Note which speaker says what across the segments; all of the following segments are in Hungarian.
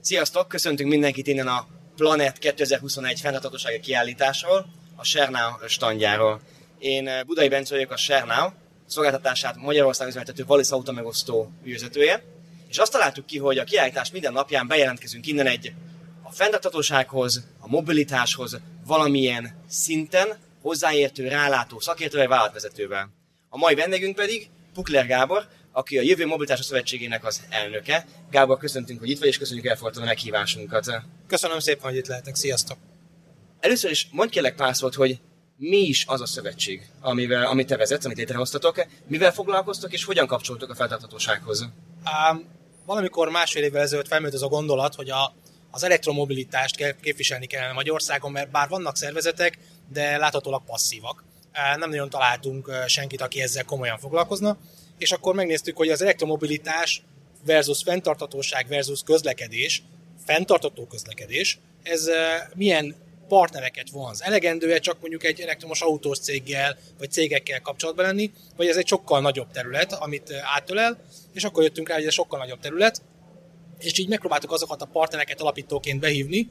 Speaker 1: Sziasztok! Köszöntünk mindenkit innen a Planet 2021 fenntarthatósági kiállításról, a ShareNow standjáról. Én Budai Bence vagyok, a ShareNow szolgáltatását Magyarországon üzemeltető Wallis automegosztó ügyvezetője, és azt találtuk ki, hogy a kiállítás minden napján bejelentkezünk innen a fenntarthatósághoz, a mobilitáshoz valamilyen szinten hozzáértő, rálátó szakértővel, vállalatvezetővel. A mai vendégünk pedig Pukler Gábor, aki a Jövő Mobilitása Szövetségének az elnöke. Gábor, köszöntünk, hogy itt vagy, és köszönjük elfogadtad a meghívásunkat.
Speaker 2: Köszönöm szépen, hogy itt lehetek. Sziasztok!
Speaker 1: Először is mondj kérlek pár szót, hogy mi is az a szövetség, amit te vezetsz, amit létrehoztatok, mivel foglalkoztok, és hogyan kapcsoltok a fenntarthatósághoz?
Speaker 2: Valamikor másfél évvel ezelőtt felmerült ez a gondolat, hogy az elektromobilitást képviselni kellene Magyarországon, mert bár vannak szervezetek, de láthatólag passzívak. Nem nagyon találtunk senkit, aki ezzel komolyan foglalkozna, és akkor megnéztük, hogy az elektromobilitás versus fenntarthatóság versus közlekedés, fenntartható közlekedés, ez milyen partnereket vonz. Elegendő-e csak mondjuk egy elektromos autós céggel, vagy cégekkel kapcsolatban lenni, vagy ez egy sokkal nagyobb terület, amit átölel, és akkor jöttünk rá, hogy ez sokkal nagyobb terület, és így megpróbáltuk azokat a partnereket alapítóként behívni,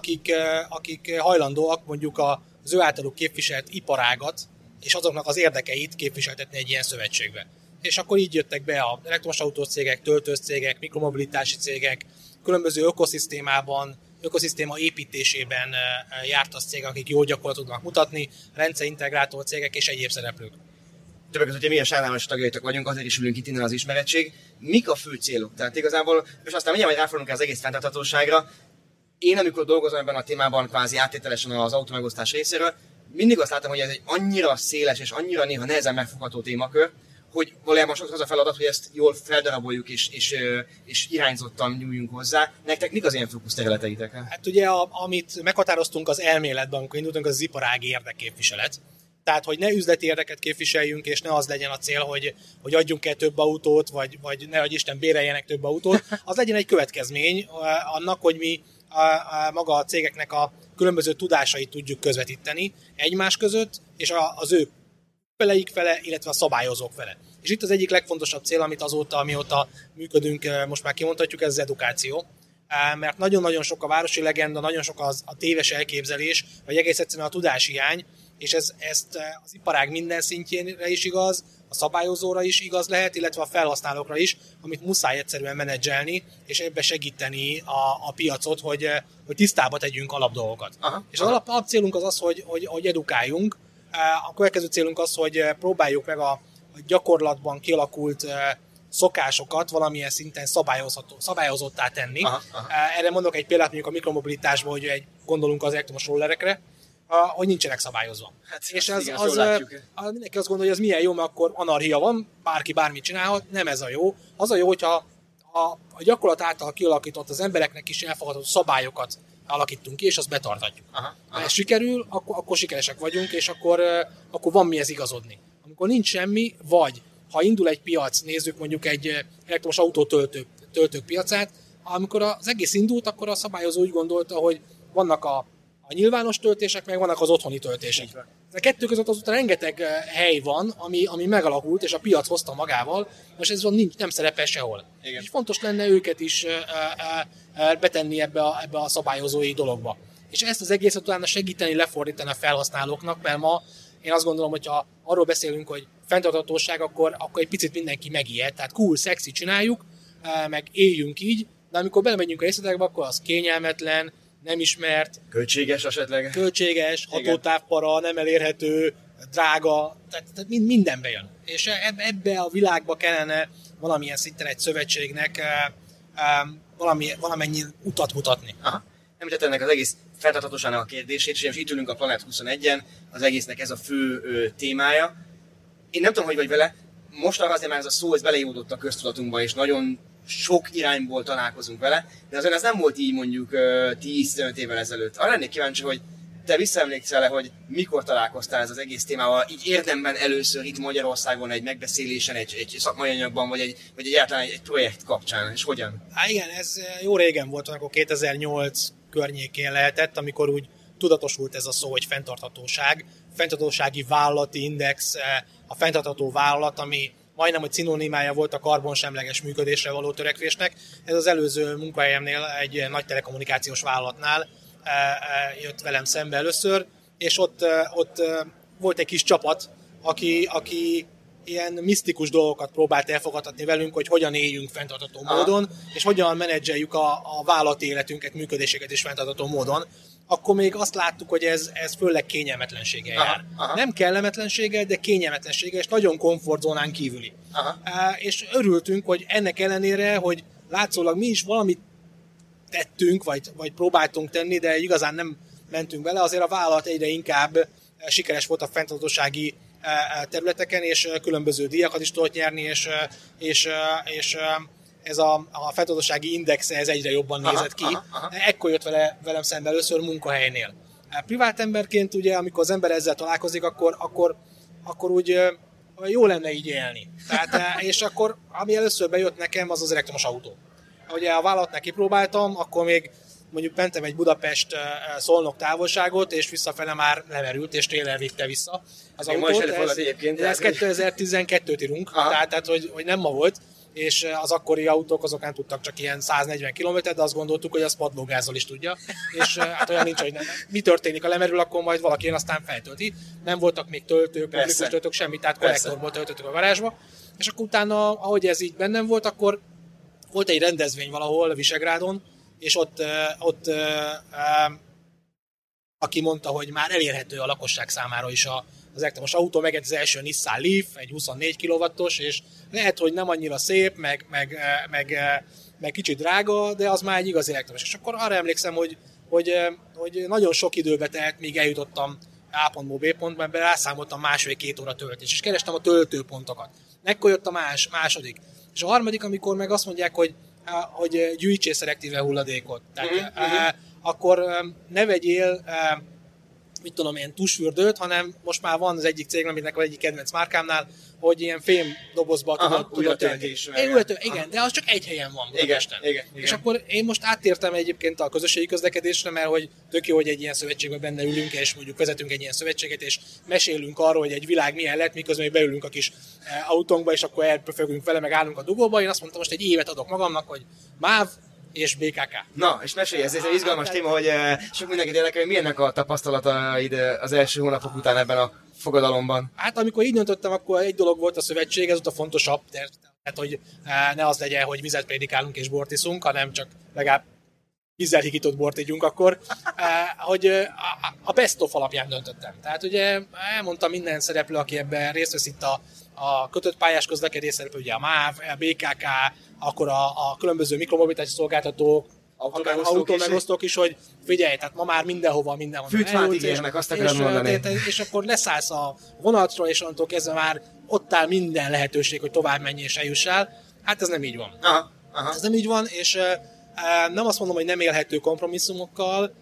Speaker 2: akik hajlandóak mondjuk az ő általuk képviselt iparágat, és azoknak az érdekeit képviseltetni egy ilyen szövetségbe. És akkor így jöttek be az elektromos autós cégek, töltős cégek, mikromobilitási cégek, különböző ökoszisztéma építésében járt az cégek, akik jó gyakorlatot tudnak mutatni, rendszerintegrátor cégek és egyéb szereplők.
Speaker 1: Többek között, hogy mi a ShareNow-os tagjaitok vagyunk, azért is ülünk itt innen az ismeretség. Mik a fő célok? Tehát igazából, és aztán mindjárt majd ráfordulunk az egész fenntarthatóságra. Én, amikor dolgozom ebben a témában, kvázi áttételesen az autómegosztás részéről, mindig azt látom, hogy ez egy annyira széles és annyira néha nehezen megfogható témakör, hogy valójában sokszor az a feladat, hogy ezt jól feldaraboljuk és irányzottan nyúljunk hozzá. Nektek mik az ilyen fókuszterületeitek?
Speaker 2: Hát ugye, amit meghatároztunk az elméletben, amikor indultunk, az iparági érdekképviselet. Tehát, hogy ne üzleti érdeket képviseljünk, és ne az legyen a cél, hogy adjunk el több autót, vagy nehogy Isten béreljenek több autót. Az legyen egy következmény annak, hogy mi maga a cégeknek a különböző tudásait tudjuk közvetíteni egymás között, és az ő feleik fele, illetve a szabályozók fele. És itt az egyik legfontosabb cél, amit amióta működünk, most már kimondhatjuk, ez az edukáció. Mert nagyon-nagyon sok a városi legenda, nagyon sok a téves elképzelés, vagy egész egyszerűen a tudáshiány, és ezt az iparág minden szintjére is igaz, a szabályozóra is igaz lehet, illetve a felhasználókra is, amit muszáj egyszerűen menedzselni, és ebbe segíteni a piacot, hogy tisztába tegyünk alapdolgokat. És az alapcélunk az, hogy edukáljunk. A következő célunk az, hogy próbáljuk meg a gyakorlatban kialakult szokásokat valamilyen szinten szabályozottá tenni. Erre mondok egy példát, mondjuk a mikromobilitásban, hogy gondolunk az elektromos rollerekre, hogy nincsenek szabályozva.
Speaker 1: Hát,
Speaker 2: és mindenki azt gondolja, hogy ez milyen jó, mert akkor anarchia van, bárki bármit csinálhat, nem ez a jó. Az a jó, hogyha a gyakorlat által kialakított, az embereknek is elfogadható szabályokat alakítunk ki, és azt betartatjuk. Ha ez sikerül, akkor sikeresek vagyunk, és akkor van mihez igazodni. Amikor nincs semmi, vagy ha indul egy piac, nézzük mondjuk egy elektromos autótöltők piacát, amikor az egész indult, akkor a szabályozó úgy gondolta, hogy vannak a nyilvános töltések, meg vannak az otthoni töltések. A kettő között azután rengeteg hely van, ami megalakult, és a piac hozta magával, és ez nem szerepel sehol. Igen. És fontos lenne őket is betenni ebbe a szabályozói dologba. És ezt az egészet utána segíteni, lefordítani a felhasználóknak, mert ma én azt gondolom, hogy ha arról beszélünk, hogy fenntarthatóság, akkor egy picit mindenki megijed. Tehát cool, szexi csináljuk, meg éljünk így, de amikor belemegyünk a részletekbe, akkor az kényelmetlen, nem ismert.
Speaker 1: Költséges esetleg.
Speaker 2: Költséges, hatótávpara, nem elérhető, drága, tehát mindenbe jön. És ebbe a világba kellene valamilyen szinten egy szövetségnek valamennyi utat mutatni.
Speaker 1: Említett ennek az egész fenntarthatóságnak a kérdését, és itt ülünk a Planet 21-en, az egésznek ez a fő témája. Én nem tudom, hogy vagy vele, most arra azért már ez a szó, ez belejódott a köztudatunkba, és nagyon sok irányból találkozunk vele, de azért ez nem volt így mondjuk 10-15 évvel ezelőtt. Arra lennék kíváncsi, hogy te visszaemlékszel-e, hogy mikor találkoztál ez az egész témával, így érdemben először itt Magyarországon egy megbeszélésen, egy szakmai anyagban, vagy egyáltalán egy projekt kapcsán, és hogyan?
Speaker 2: Igen, ez jó régen volt, akkor 2008 környékén lehetett, amikor úgy tudatosult ez a szó, hogy fenntarthatóság, fenntarthatósági vállalati index, a fenntartható vállalat, ami majdnem, hogy szinonimája volt a karbonsemleges működésre való törekvésnek. Ez az előző munkahelyemnél egy nagy telekommunikációs vállalatnál jött velem szembe először, és ott volt egy kis csapat, aki ilyen misztikus dolgokat próbált elfogadtatni velünk, hogy hogyan éljünk fenntartható módon, és hogyan menedzseljük a vállalati életünket, működéseket is fenntartható módon. Akkor még azt láttuk, hogy ez főleg kényelmetlenséggel jár. Nem kellemetlenséggel, de kényelmetlenséggel, és nagyon komfortzónán kívüli. És örültünk, hogy ennek ellenére, hogy látszólag mi is valamit tettünk, vagy próbáltunk tenni, de igazán nem mentünk bele, azért a vállalat egyre inkább sikeres volt a fenntarthatósági területeken, és különböző díjakat is tudott nyerni, és ez a fenntarthatósági indexe ez egyre jobban nézett ki. Ekkor jött velem szembe először munkahelynél. Privát emberként ugye, amikor az ember ezzel találkozik, akkor úgy jó lenne így élni. Tehát, és akkor, ami először bejött nekem, az elektromos autó. Ugye a vállalatnál kipróbáltam, akkor még mondjuk mentem egy Budapest-Szolnok távolságot, és visszafele már lemerült, és trailer vitte vissza az autót. Ez 2012-t írunk, tehát hogy nem ma volt, és az akkori autók azok nem tudtak csak ilyen 140 km, de azt gondoltuk, hogy az padlógázzal is tudja, és hát olyan nincs, hogy nem. Mi történik, a lemerül, akkor majd valaki aztán feltölti. Nem voltak még töltők, publikus töltők, semmi, tehát konnektorból töltöttük a garázsba, és akkor utána, ahogy ez így bennem volt, akkor volt egy rendezvény valahol Visegrádon, és ott aki mondta, hogy már elérhető a lakosság számára is az elektromos autó, meg az első Nissan Leaf, egy 24 kW-os, és lehet, hogy nem annyira szép, meg kicsit drága, de az már egy igazi elektromos. És akkor arra emlékszem, hogy nagyon sok időbe telt, míg eljutottam A pontból B pontba, mert rászámoltam 1,5-2 óra töltés, és kerestem a töltőpontokat. Ekkor jött a második. És a harmadik, amikor meg azt mondják, hogy gyűjtsél szelektíve hulladékot. Tehát, akkor ne vegyél, mit tudom, ilyen tusfürdőt, hanem most már van az egyik cég, aminek az egyik kedvenc márkámnál, hogy ilyen fém dobozba tudod tenni. Igen, de az csak egy helyen van Budapesten. Igen. És akkor én most áttértem egyébként a közösségi közlekedésre, mert hogy tök jó, hogy egy ilyen szövetségben benne ülünk, és mondjuk vezetünk egy ilyen szövetséget, és mesélünk arról, hogy egy világ milyen lett, miközben beülünk a kis autónkba, és akkor elpöfögünk vele, meg állunk a dugóba. Én azt mondtam, most egy évet adok magamnak, hogy MÁV és BKK.
Speaker 1: Na, és mesélj, ez egy izgalmas téma, hogy sok mindenkit érdekel, hogy milyennek a tapasztalataid az első hónapok után ebben a fogadalomban.
Speaker 2: Hát amikor így döntöttem, akkor egy dolog volt a szövetség, ez ott a fontosabb, tehát hogy ne az legyen, hogy vizet prédikálunk és bort iszunk, hanem csak legalább vízzel higított bort ígyunk akkor, hogy a best of alapján döntöttem. Tehát ugye elmondtam minden szereplő, aki ebben részt vesz itt a kötött pályás közlekedés szereplő, ugye a MÁV, a BKK, akkor a különböző mikromobilitási szolgáltatók, autómegosztók is, hogy figyelj, tehát ma már mindenhova
Speaker 1: fűtfát ígérnek, azt akarom mondani.
Speaker 2: És akkor leszállsz a vonatról, és onnantól kezdve már ott áll minden lehetőség, hogy tovább menj és eljussál. Hát ez nem így van.
Speaker 1: Aha.
Speaker 2: Ez nem így van, és nem azt mondom, hogy nem élhető kompromisszumokkal,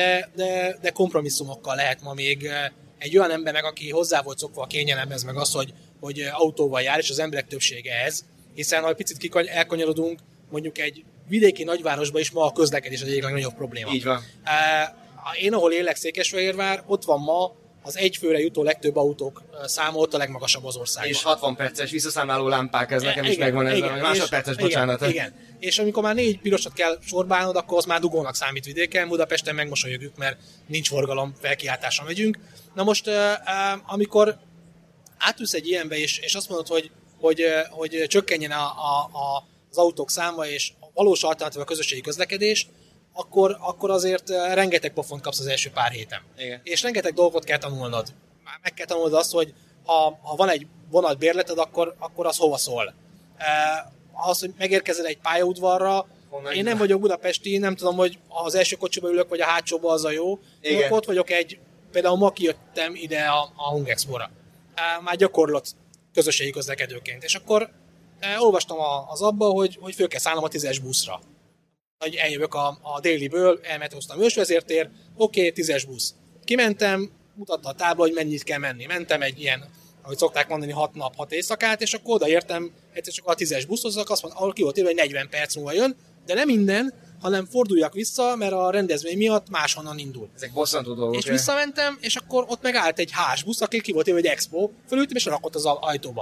Speaker 2: de kompromisszumokkal lehet ma még egy olyan embernek, aki hozzá volt szokva a kényelemhez, meg az, hogy autóval jár, és az emberek többsége ez, hiszen ha egy picit elkanyarodunk, mondjuk egy vidéki nagyvárosban is ma a közlekedés az egyik legnagyobb probléma.
Speaker 1: Így van.
Speaker 2: Én, ahol élek, Székesfehérvár, ott van ma az egyfőre jutó legtöbb autók száma, ott a legmagasabb az országban.
Speaker 1: És 60 perces visszaszámláló lámpák, ez nekem is megvan, ez a másodperces, bocsánat.
Speaker 2: Igen. És amikor már 4 pirosat kell sorbálnod, akkor az már dugónak számít vidéken, Budapesten megmosolyogjuk, mert nincs forgalom, felkiáltásra megyünk. Na most, amikor átülsz egy ilyenbe, és azt mondod, hogy csökkenjen az autók száma, és valós alternatív a közösségi közlekedés, akkor azért rengeteg pofont kapsz az első pár héten.
Speaker 1: Igen.
Speaker 2: És rengeteg dolgot kell tanulnod. Meg kell tanulnod azt, hogy ha van egy vonatbérleted, akkor az hova szól. Az, hogy megérkezel egy pályaudvarra, én nem vagyok budapesti, nem tudom, hogy az első kocsiba ülök, vagy a hátsóba az a jó. Ott vagyok például ma kijöttem ide a Hungexpo-ra. Már gyakorlott közösségi közlekedőként. És akkor olvastam az abba, hogy föl kell szállnom a 10-es buszra. Hogy eljövök a déliből, elmetóztam Ősvezértér, oké, 10-es busz. Kimentem, mutatta a tábla, hogy mennyit kell menni. Mentem egy ilyen, ahogy szokták mondani, 6 nap, 6 éjszakát, és akkor odaértem egyszer csak a 10-es buszhoz, azt mondta, ahol ki volt írva, hogy 40 perc múlva jön, de nem innen, hanem forduljak vissza, mert a rendezvény miatt máshonnan indul.
Speaker 1: Ezek bosszantó dolgok.
Speaker 2: És visszamentem, és akkor ott megállt egy busz, aki ki volt írva, hogy Expo, fölültem, és rakott az ajtóba.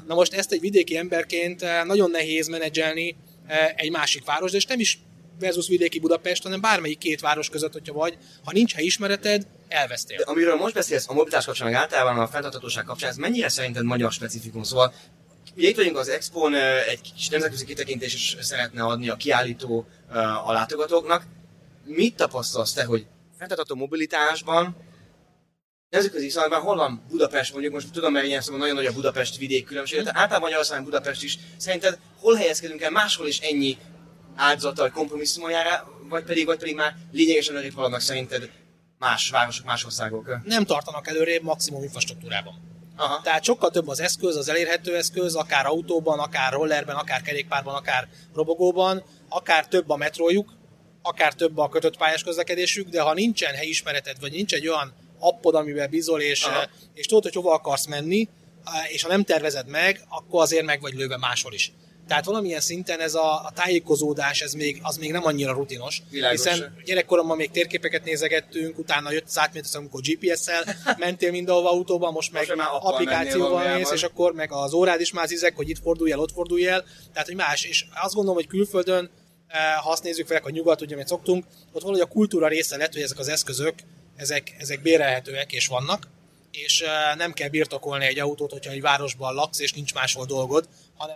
Speaker 2: Na most ezt egy vidéki emberként nagyon nehéz menedzselni egy másik város, és nem is versus vidéki Budapest, hanem bármelyik két város között, hogyha vagy, ha nincs helyismereted, elvesztél.
Speaker 1: De amiről most beszélsz, a mobilitás kapcsán, meg általában a fenntarthatóság kapcsán, ez mennyire szerinted magyar specifikum? Szóval ugye itt vagyunk az Expon, egy kis nemzetközi kitekintés is szeretne adni a kiállító a látogatóknak. Mit tapasztalsz te, hogy fenntartható mobilitásban, nemzetközi viszonylatban hol van Budapest, mondjuk most tudom, mert ilyen szóval nagyon nagy a Budapest vidék különbség, tehát általában Magyarországon Budapest is. Szerinted hol helyezkedünk el máshol is ennyi áldozattal, kompromisszumoljára, vagy pedig már lényegesen előrébb haladnak szerinted más városok, más országok?
Speaker 2: Nem tartanak előrébb maximum infrastruktúrában.
Speaker 1: Aha.
Speaker 2: Tehát sokkal több az eszköz, az elérhető eszköz, akár autóban, akár rollerben, akár kerékpárban, akár robogóban, akár több a metrójuk, akár több a kötött pályás közlekedésük, de ha nincsen helyismereted, vagy nincs egy olyan appod, amivel bízol, és tudod, hogy hova akarsz menni, és ha nem tervezed meg, akkor azért meg vagy lőve máshol is. Tehát valamilyen szinten ez a tájékozódás, az még nem annyira rutinos,
Speaker 1: világos.
Speaker 2: Hiszen gyerekkoromban még térképeket nézegettünk, utána jött az átméret, amikor GPS-szel mentél mindenhova autóban, most meg applikációval mész, és akkor meg az órád is már zizek, hogy itt fordulj el, ott fordulj el, tehát hogy más. És azt gondolom, hogy külföldön, ha azt nézzük fel, a nyugat, ugye, amit szoktunk, ott valahogy a kultúra része lett, hogy ezek az eszközök, ezek bérelhetőek és vannak, és nem kell birtokolni egy autót, hogyha egy városban laksz, és nincs máshol dolgod, hanem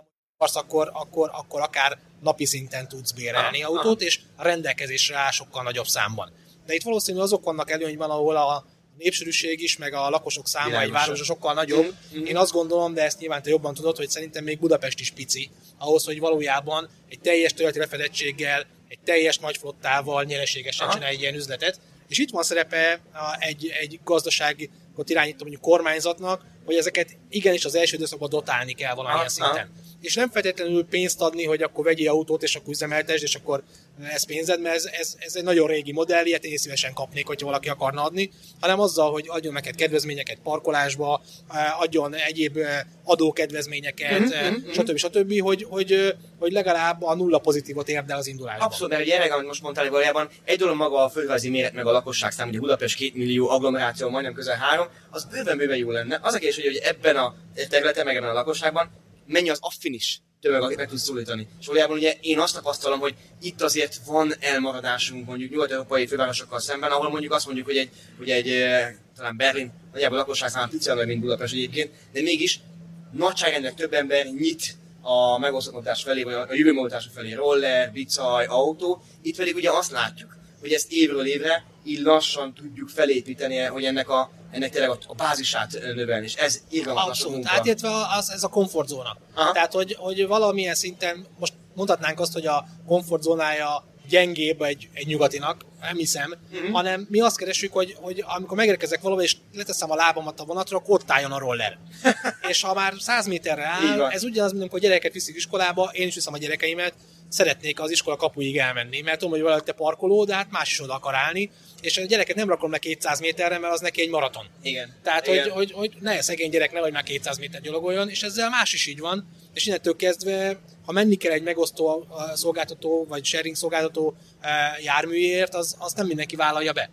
Speaker 2: akkor akár napi szinten tudsz bérelni autót, és a rendelkezésre áll sokkal nagyobb számban. De itt valószínűleg azok vannak előnyben, ahol a népsűrűség is, meg a lakosok száma egy városra sokkal nagyobb. Én azt gondolom, de ezt nyilván te jobban tudod, hogy szerintem még Budapest is pici, ahhoz, hogy valójában egy teljes területi lefedettséggel, egy teljes nagy flottával nyereségesen csinálj egy ilyen üzletet. És itt van szerepe egy gazdaságot irányító mondjuk kormányzatnak, hogy ezeket igenis az első időszakban dotálni kell valamilyen szinten. És nem feltétlenül pénzt adni, hogy akkor vegyél autót, és akkor üzemeltesd, és akkor ez pénzed, mert ez egy nagyon régi modell, ilyet én szívesen kapnék, hogyha valaki akarna adni, hanem azzal, hogy adjon neked kedvezményeket parkolásba, adjon egyéb adókedvezményeket, stb. Hogy legalább a nulla pozitívot érd el az indulásban.
Speaker 1: Abszolút, mert ugye amit most mondtál, valójában egy dolog maga a földrajzi méret, meg a lakosságszám, ugye Budapest 2 millió, agglomeráció majdnem közel 3, az bőven jó lenne. Az a kérdés, hogy ebben a területen, meg ebben a lakosságban mennyi az affinis tömeg, akit meg tudsz szólítani. És valójában ugye én azt tapasztalom, hogy itt azért van elmaradásunk mondjuk nyugat-európai fővárosokkal szemben, ahol mondjuk azt mondjuk, hogy egy talán Berlin nagyjából lakosságszámán picit, mint Budapest egyébként, de mégis nagyságrendnek több ember nyit a megosztott mobilitás felé, vagy a jövő mobilitások felé, roller, bicaj, autó. Itt pedig ugye azt látjuk, hogy ezt évről évre így lassan tudjuk felépíteni, hogy ennek tényleg a bázisát növelni, és ez irgalmas a munka.
Speaker 2: Átértve ez a komfortzóna. Tehát, hogy valamilyen szinten, most mondhatnánk azt, hogy a komfortzónája gyengébb egy nyugatinak, nem hiszem, hanem mi azt keresünk, hogy amikor megérkezek valahol, és leteszem a lábamat a vonatra, akkor ott álljon a roller. És ha már 100 méterre áll, ez ugyanaz, mint amikor gyereket viszik iskolába, én is viszem a gyerekeimet, szeretnék az iskola kapuig elmenni, mert tudom, hogy valaki parkoló, de hát más is oda akar állni, és a gyereket nem rakom le 200 méterre, mert az neki egy maraton.
Speaker 1: Igen.
Speaker 2: Tehát, hogy ne szegény gyerek nehogy már 200 méter gyalogoljon, és ezzel más is így van, és innentől kezdve, ha menni kell egy megosztó szolgáltató, vagy sharing szolgáltató járműért, az nem mindenki vállalja be.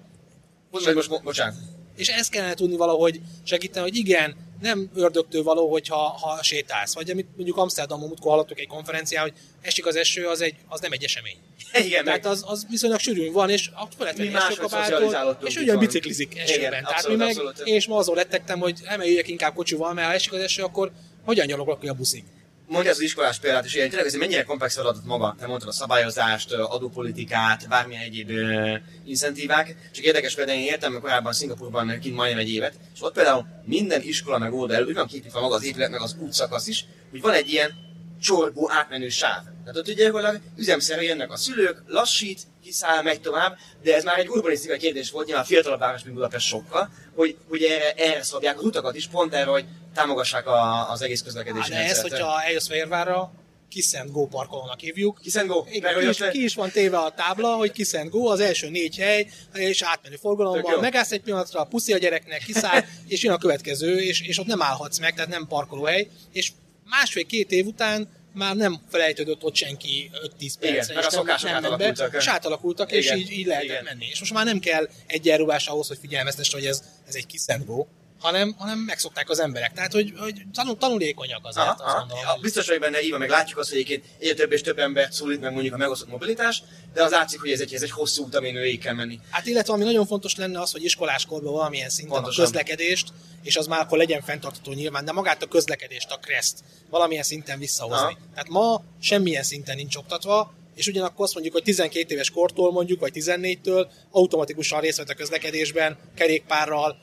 Speaker 1: Bocsánat.
Speaker 2: És ezt kellene tudni valahogy segíteni, hogy igen, nem ördögtől való, hogyha sétálsz. Vagy amit mondjuk Amsterdamon múltkor hallottuk egy konferencián, hogy esik az eső, az nem egy esemény.
Speaker 1: Igen,
Speaker 2: tehát az viszonylag sűrűn van, és fel lehet venni esőkabátot, és ugyan biciklizik esőben. Igen, tehát abszolút, mi meg, és ma azon rettegtem, hogy emeljek inkább kocsival, mert ha esik az eső, akkor hogyan gyalogolok ki a buszig?
Speaker 1: Mondja az iskolás példát, és tényleg ez mennyire komplex feladat maga? Te mondtad a szabályozást, adópolitikát, bármilyen egyéb incentívák. Csak érdekes például, én értem, mert korábban Szingapurban kint majdnem egy évet, és ott például minden iskola meg óvoda előtt úgy van képítve maga az épület, meg az útszakasz is, hogy van egy ilyen csorbó átmenő sáv. Tehát ott ugye üzemszerűen jönnek a szülők, lassít, kiszáll, megy tovább, de ez már egy urbanisztikai kérdés volt, nyilván fiatalabb város, mint Budapest sokkal, hogy erre szabják az utakat is, pont erre, hogy támogassák az egész közlekedési rendszert.
Speaker 2: De ez, hogyha eljössz Fehérvárra, Kiss and Go parkolónak hívjuk.
Speaker 1: Kiss and Go?
Speaker 2: Igen, ki is van téve a tábla, hogy Kiss and Go, az első 4 hely, és átmenő forgalomban, megállsz egy pillanatra, puszi a gyereknek, kiszáll, és jön a következő, és ott nem állhatsz meg, tehát nem parkolóhely, és másfél-két év után már nem felejtődött ott senki 5-10 percre.
Speaker 1: Igen, mert a szokások átalakultak.
Speaker 2: És átalakultak, és így lehetett menni. És most már nem kell egyenrúgás ahhoz, hogy figyelmeztesse, hogy ez egy Kiss and Go, hanem megszokták az emberek. Tehát, hogy tanulékonyak azért, azt gondolom.
Speaker 1: Biztos vagyok benne, így van, meg látjuk azt, hogy egyébként egyre több és több embert szólít meg mondjuk a megosztott mobilitás, de az látszik, hogy ez egy hosszú út, amin végig kell menni.
Speaker 2: Hát illetve ami nagyon fontos lenne az, hogy iskoláskorban valamilyen szinten pontosan a közlekedést, és az már akkor legyen fenntartható nyilván, de magát a közlekedést, a KRESzt valamilyen szinten visszahozni. Tehát ma semmilyen szinten nincs oktatva, és ugyanakkor azt mondjuk, hogy 12 éves kortól mondjuk, vagy 14-től automatikusan részt vett a közlekedésben, kerékpárral,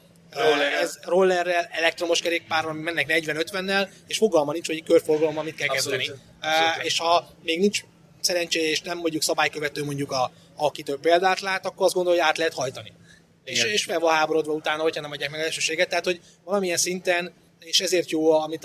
Speaker 2: rollerrel, elektromos kerékpárral, mennek 40-50-nel, és fogalma nincs, hogy körforgalommal mit kell kezdeni. És ha még nincs szerencsé, és nem mondjuk szabálykövető mondjuk akitől példát lát, akkor azt gondolja, hogy át lehet hajtani. És fel van háborodva utána, hogyha nem adják meg a elsőséget. Tehát, hogy valamilyen szinten, és ezért jó, amit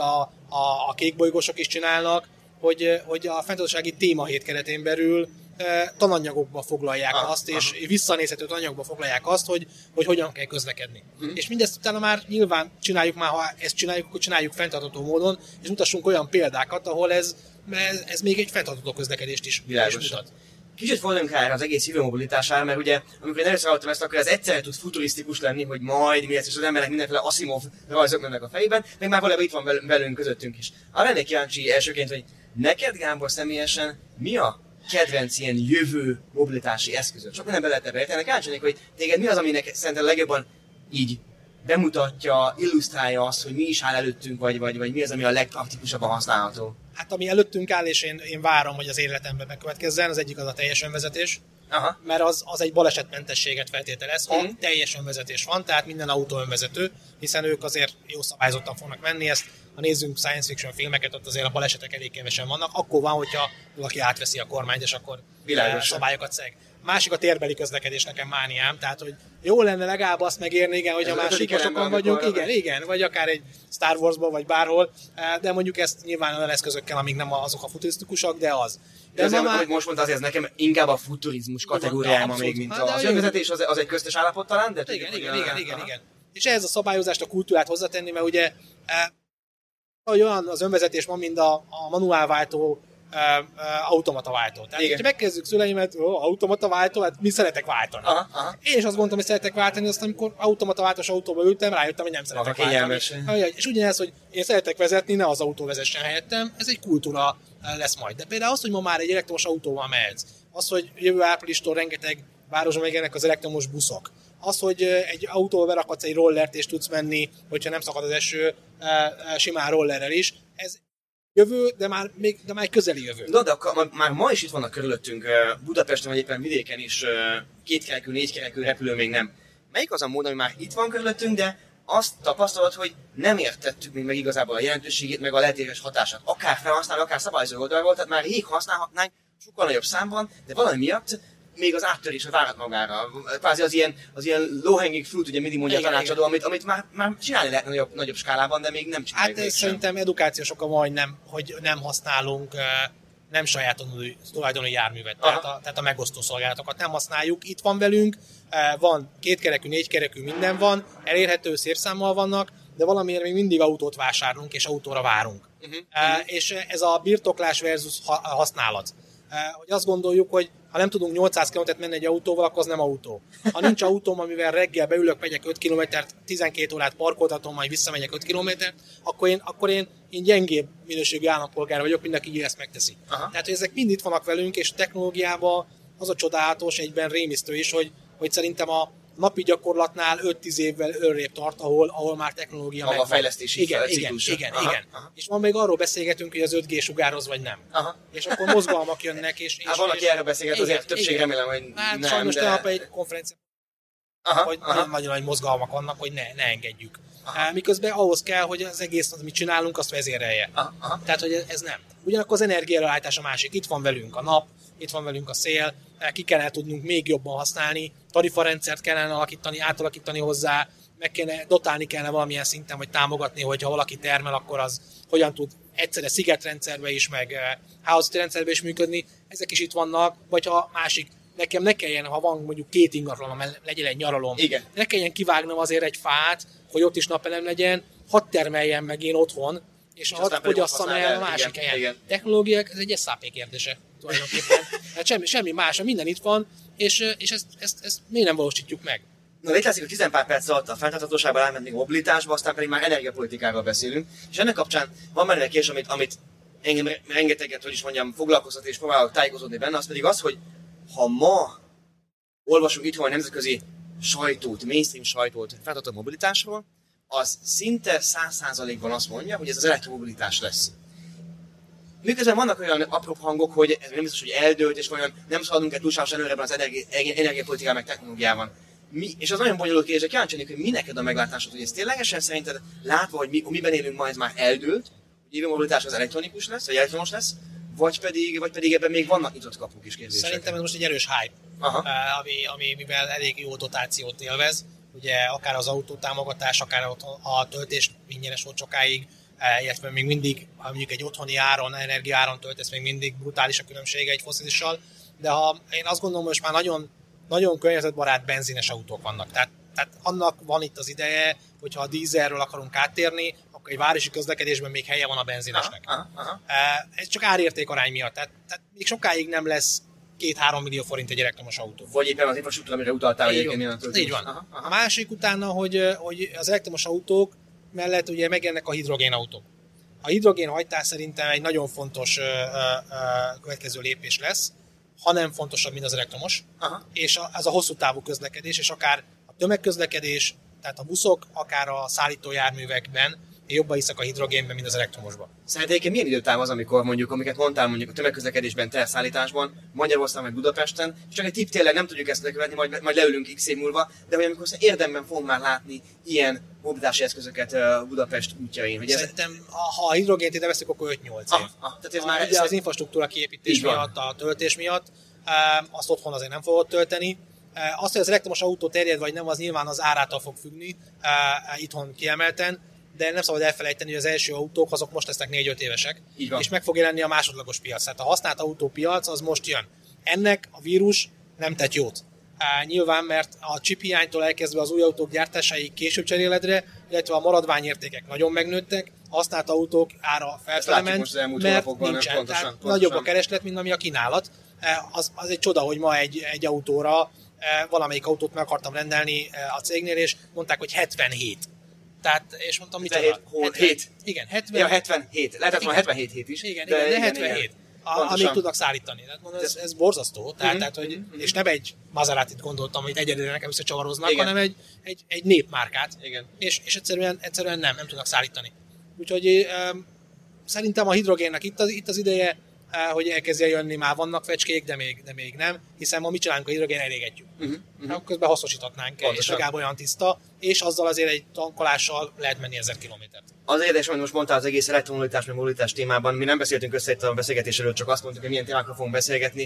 Speaker 2: a kékbolygósok is csinálnak, hogy a fenntarthatósági témahét keretén belül tananyagokba foglalják azt, és visszanézhető tananyagokba foglalják azt, hogy hogyan kell közlekedni. És mindezt utána már nyilván csináljuk, már ha ezt csináljuk, akkor csináljuk fenntartható módon, és mutassunk olyan példákat, ahol ez még egy fenntartható közlekedést is mutat.
Speaker 1: Kicsit forduljunk rá az egész jövő mobilitására, mert ugye, amikor én először hallottam ezt, akkor ez egyszerre tud futurisztikus lenni, hogy majd mi lesz, és az emberek mindenféle Asimov rajzok mennek a fejében, meg már valójában itt van velünk közöttünk is. Lennék kíváncsi elsőként, hogy neked, Gábor, személyesen mi a kedvenc ilyen jövő mobilitási eszközök? Sok mindenben lehet ebbe érteni. Kíváncsi, hogy téged mi az, aminek szerintem legjobban így bemutatja, illusztrálja azt, hogy mi is áll előttünk, vagy mi az, ami a legpraktikusabban használható?
Speaker 2: Hát ami előttünk áll, és én várom, hogy az életemben megkövetkezzen, az egyik az a teljes önvezetés. Mert az egy balesetmentességet feltételez, ha teljes önvezetés van, tehát minden autó önvezető, hiszen ők azért jó szabályozottan fognak menni, ezt ha nézzünk science fiction filmeket, ott azért a balesetek elég kevesen vannak, akkor van, hogyha valaki átveszi a kormányt, és akkor szabályokat szeg. Másik a térbeli közlekedés nekem mániám, tehát hogy jó lenne legalább azt megérni, igen, hogy a másikosokon vagyunk, igen, vagy akár egy Star Warsban, vagy bárhol, de mondjuk ezt nyilván olyan eszközökkel, amíg nem azok a futurisztikusak, de az.
Speaker 1: De azért, ahogy most mondta, azért nekem inkább a futurizmus kategóriájában még, mint az önvezetés, az egy köztes állapot talán, de
Speaker 2: igen. És ehhez a szabályozást, a kultúrát hozzátenni, mert ugye olyan az önvezetés van, mint a manuálváltó automataváltó. Tehát, hogyha megkezdjük szüleimet, automataváltó, hát mi szeretek váltani. Én is azt gondoltam, hogy szeretek váltani, aztán amikor automataváltós autóba ültem, rájöttem, hogy nem szeretek váltani. És ugyanez, hogy én szeretek vezetni, ne az autó vezessen helyettem, ez egy kultúra lesz majd. De például az, hogy ma már egy elektromos autóval mehetsz, az, hogy jövő áprilistól rengeteg városban megjelennek az elektromos buszok, az, hogy egy autóval berakadsz egy rollert és tudsz menni, hogyha nem szakad az eső, simán rollerrel is, ez jövő, de már egy közeli jövő.
Speaker 1: De akkor már ma is itt vannak körülöttünk, Budapesten vagy éppen vidéken is kétkerekű, négykerekű repülő még nem. Melyik az a mód, ami már itt van körülöttünk, de azt tapasztalod, hogy nem értettük még meg igazából a jelentőségét, meg a lehetséges hatását. Akár felhasználó, akár szabályozó oldalról, tehát már rég használhatnánk, sokkal nagyobb számban, de valami miatt még az áttörés várat magára. Kvázi az ilyen low-hanging fruit, ugye mindig mondja a tanácsadó, amit már csinálni lehetne nagyobb skálában, de még nem csináljuk.
Speaker 2: Hát szerintem edukációs oka majdnem, hogy nem használunk nem saját tulajdonú járművet, tehát a megosztó szolgálatokat nem használjuk. Itt van velünk, van kétkerekű, négykerekű, minden van, elérhető, szép számmal vannak, de valamiért még mindig autót vásárolunk és autóra várunk. És ez a birtoklás versus használat. Hogy azt gondoljuk, hogy ha nem tudunk 800 km-t menni egy autóval, akkor az nem autó. Ha nincs autóm, amivel reggel beülök, megyek 5 kilométert, 12 órát parkoltatom, majd visszamegyek 5 kilométert, akkor én gyengébb minőségű állampolgár vagyok, mint aki ezt megteszi. Tehát, hogy ezek mind itt vannak velünk, és technológiában az a csodálatos, egyben rémisztő is, hogy szerintem a napi gyakorlatnál 5-10 évvel előrébb tart, ahol már technológia megvan.
Speaker 1: A fejlesztési ciklus.
Speaker 2: Igen. És van még arról beszélgetünk, hogy az 5G sugároz, vagy nem. És akkor mozgalmak jönnek, és
Speaker 1: valaki erről beszélget, azért többség remélem, hogy
Speaker 2: nem. Sajnos tegnap egy konferencián, hogy nagyon nagy mozgalmak vannak, hogy ne engedjük. Miközben ahhoz kell, hogy az egész, amit csinálunk, azt vezérelje. Tehát, hogy ez nem. Ugyanakkor az energiaellállítás a másik. Itt van velünk a nap, itt van velünk a szél, ki kellene tudnunk még jobban használni, tarifarendszert kellene átalakítani hozzá, dotálni kellene valamilyen szinten, vagy támogatni, hogyha valaki termel, akkor az hogyan tud egyszerre szigetrendszerbe is, meg hálózati rendszerbe is működni. Ezek is itt vannak, vagy ha másik, nekem ne kelljen, ha van mondjuk 2 ingatlanom, legyen egy nyaralom, ne kelljen kivágnom azért egy fát, hogy ott is napelem legyen, hadd termeljen meg én otthon, és hadd fogyasszam el a másik helyen. Technológiák, ez egy SAP kérdése tulajdonképpen. Hát semmi más, minden itt van, és ezt miért nem valósítjuk meg?
Speaker 1: Na, itt látszik, hogy 10 pár perc alatt a fenntarthatóságban elmentünk mobilitásba, aztán pedig már energiapolitikáról beszélünk. És ennek kapcsán van benne egy kérdés, amit engem rengeteget, hogy is mondjam, foglalkoztat és próbálok tájékozódni benne, az pedig az, hogy ha ma olvasunk itthon a nemzetközi sajtót, mainstream sajtót fenntartható mobilitásról, az szinte 100%-ban azt mondja, hogy ez az elektromobilitás lesz. Miközben vannak olyan apró hangok, hogy ez nem biztos, hogy eldőlt, és olyan nem szaladunk el túlságosan előre az energiapolitikában, meg technológiában. És az nagyon bonyolult kérdés, kíváncsi, hogy mi neked a meglátásod, hogy ez ténylegesen szerinted látva, hogy miben élünk ma, ez már eldőlt, hogy a mobilitás az elektronikus lesz, vagy elektromos lesz, vagy pedig ebben még vannak nyitott kapuk is kérdések.
Speaker 2: Szerintem ez most egy erős hype, mivel elég jó dotációt élvez. Ugye akár az autótámogatás, akár a töltés ingyenes volt sokáig, illetve még mindig, ha mondjuk egy otthoni áron, energiaáron töltesz, még mindig brutális a különbsége egy fosszilissal, de én azt gondolom, hogy most már nagyon, nagyon környezetbarát benzines autók vannak. Tehát annak van itt az ideje, hogyha a dízelről akarunk áttérni, akkor egy városi közlekedésben még helye van a benzinesnek. Ez csak árérték arány miatt. Tehát még sokáig nem lesz 2-3 millió forint egy elektromos autó.
Speaker 1: Vagy éppen az infrastruktúra, amire utaltál, hogy egyébként milyen töltés.
Speaker 2: Így van. A másik utána, hogy az elektromos autók mellett ugye megjelennek a hidrogénautók. A hidrogénhajtás szerintem egy nagyon fontos következő lépés lesz, ha nem fontosabb, mint az elektromos, és ez a hosszú távú közlekedés, és akár a tömegközlekedés, tehát a buszok, akár a szállítójárművekben, én jobban hiszek a hidrogénben, mint az elektromosban.
Speaker 1: Szerinted milyen időtáv az, amikor amiket mondtál mondjuk a tömegközlekedésben, terszállításban, Magyarországon vagy Budapesten, és csak egy tipp, tényleg nem tudjuk ezt lekövetni, majd leülünk x év múlva, de hogy amikor érdemben fogunk már látni ilyen mobilitási eszközöket Budapest útjain. Hogy
Speaker 2: szerintem, ha a hidrogént ide veszük, akkor 5-8 év.
Speaker 1: Tehát ez már
Speaker 2: ugye az infrastruktúra kiépítés miatt, a töltés miatt, azt otthon azért nem fogod tölteni. Azt, hogy az elektromos autó terjed vagy nem, az nyilván az árától fog függni, itthon kiemelten, de nem szabad elfelejteni, hogy az első autók azok most lesznek 4-5 évesek, és meg fog jelenni a másodlagos piac. Tehát a használt autópiac az most jön. Ennek a vírus nem tett jót. Nyilván, mert a chip hiánytól elkezdve az új autók gyártásáig később cseréledre, illetve a maradványértékek nagyon megnőttek, a használt autók ára felfele ment, mert nincsen. Pontosan. Nagyobb a kereslet, mint ami a kínálat. Az egy csoda, hogy ma egy autóra, valamelyik autót meg akartam rendelni a cégnél, és mondták, hogy 77. Tehát, és mondtam, mit
Speaker 1: adott? 7.
Speaker 2: Igen, 70.
Speaker 1: Ja, 77. Lehetett volna 77 hét is.
Speaker 2: Igen, de 77. Amit tudnak szállítani. Tehát mondom, ez borzasztó. Tehát, hogy, és nem egy Maseratit gondoltam, hogy egyedül nekem összecsavaroznak, hanem egy népmárkát. Igen. És egyszerűen nem tudnak szállítani. Úgyhogy szerintem a hidrogénnek itt az ideje, hogy elkezdjen jönni, már vannak fecskék, de még nem, hiszen ma mit csinálunk a hidrogén, elégetjük. Közben hasznosíthatnánk, és legalább olyan tiszta, és azzal azért egy tankolással lehet menni 1000 kilométert.
Speaker 1: Az érdekes, amit most mondtál az egész elektromobilitás, meg mobilitás témában, mi nem beszéltünk össze itt a beszélgetésről, csak azt mondtuk, hogy milyen témákról fogunk beszélgetni,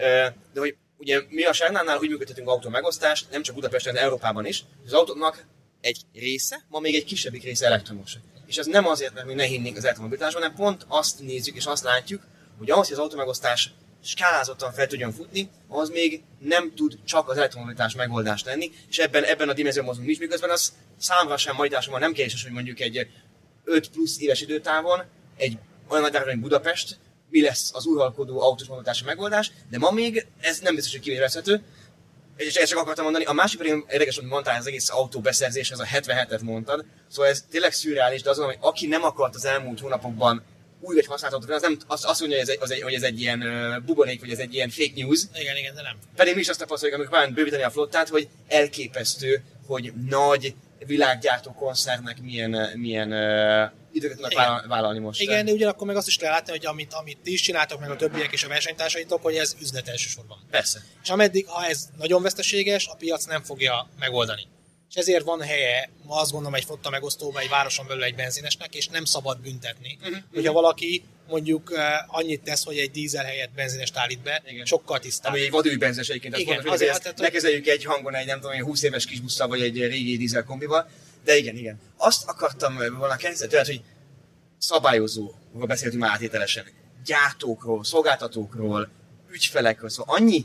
Speaker 1: de hogy ugye mi a Sernánál úgy működtetünk autómegosztást, nem csak Budapesten, de Európában is, az autóknak egy része, ma még egy kisebbik része elektromos. És ez nem azért, mert mi ne hinnénk az elektromobilitásban, hanem pont azt nézzük és azt látjuk, hogy ahhoz, hogy az automegosztás skálázottan fel tudjon futni, az még nem tud csak az elektromobilitás megoldást lenni, és ebben a dimenzióban mozgunk is, miközben az számra sem majdásomban nem kérdéses, hogy mondjuk egy 5 plusz éves időtávon egy olyan nagy város, mint Budapest, mi lesz az uralkodó autós mobilitási megoldás, de ma még ez nem biztos, hogy kivitelezhető. És ezt csak akartam mondani, a másik pedig érdekes, hogy mondtál, az egész autóbeszerzés, ez a 77-et mondtad, szóval ez tényleg szürreális, de azon, hogy aki nem akart az elmúlt hónapokban új vagy használt autót, az nem azt mondja, hogy ez egy ilyen buborék, vagy ez egy ilyen fake news.
Speaker 2: Igen, de nem.
Speaker 1: Pedig mi is azt tapasztaljuk, amikor már bővíteni a flottát, hogy elképesztő, hogy nagy világgyártó koncernek milyen időket tudnak vállalni most.
Speaker 2: Igen, de ugyanakkor meg azt is lehet látni, hogy amit ti is csináltok, meg a többiek és a versenytársaitok, hogy ez üzlet elsősorban.
Speaker 1: Persze.
Speaker 2: És ameddig, ha ez nagyon veszteséges, a piac nem fogja megoldani. És ezért van helye, ma azt gondolom, egy flotta megosztóban, egy városon belül egy benzinesnek, és nem szabad büntetni. Hogyha valaki mondjuk annyit tesz, hogy egy dízel helyett benzinest állít be, sokkal tisztább.
Speaker 1: Ami egy vadúj benzines egyébként. Igen, azért ne kezeljük egy hangon egy nem tudom, 20 éves kis busszal, vagy egy régi dízel kombival. De igen. Azt akartam volna kezdeni tőled, hogy szabályozóról beszéltünk már átételesen. Gyártókról, szolgáltatókról, ügyfelekről, szóval annyi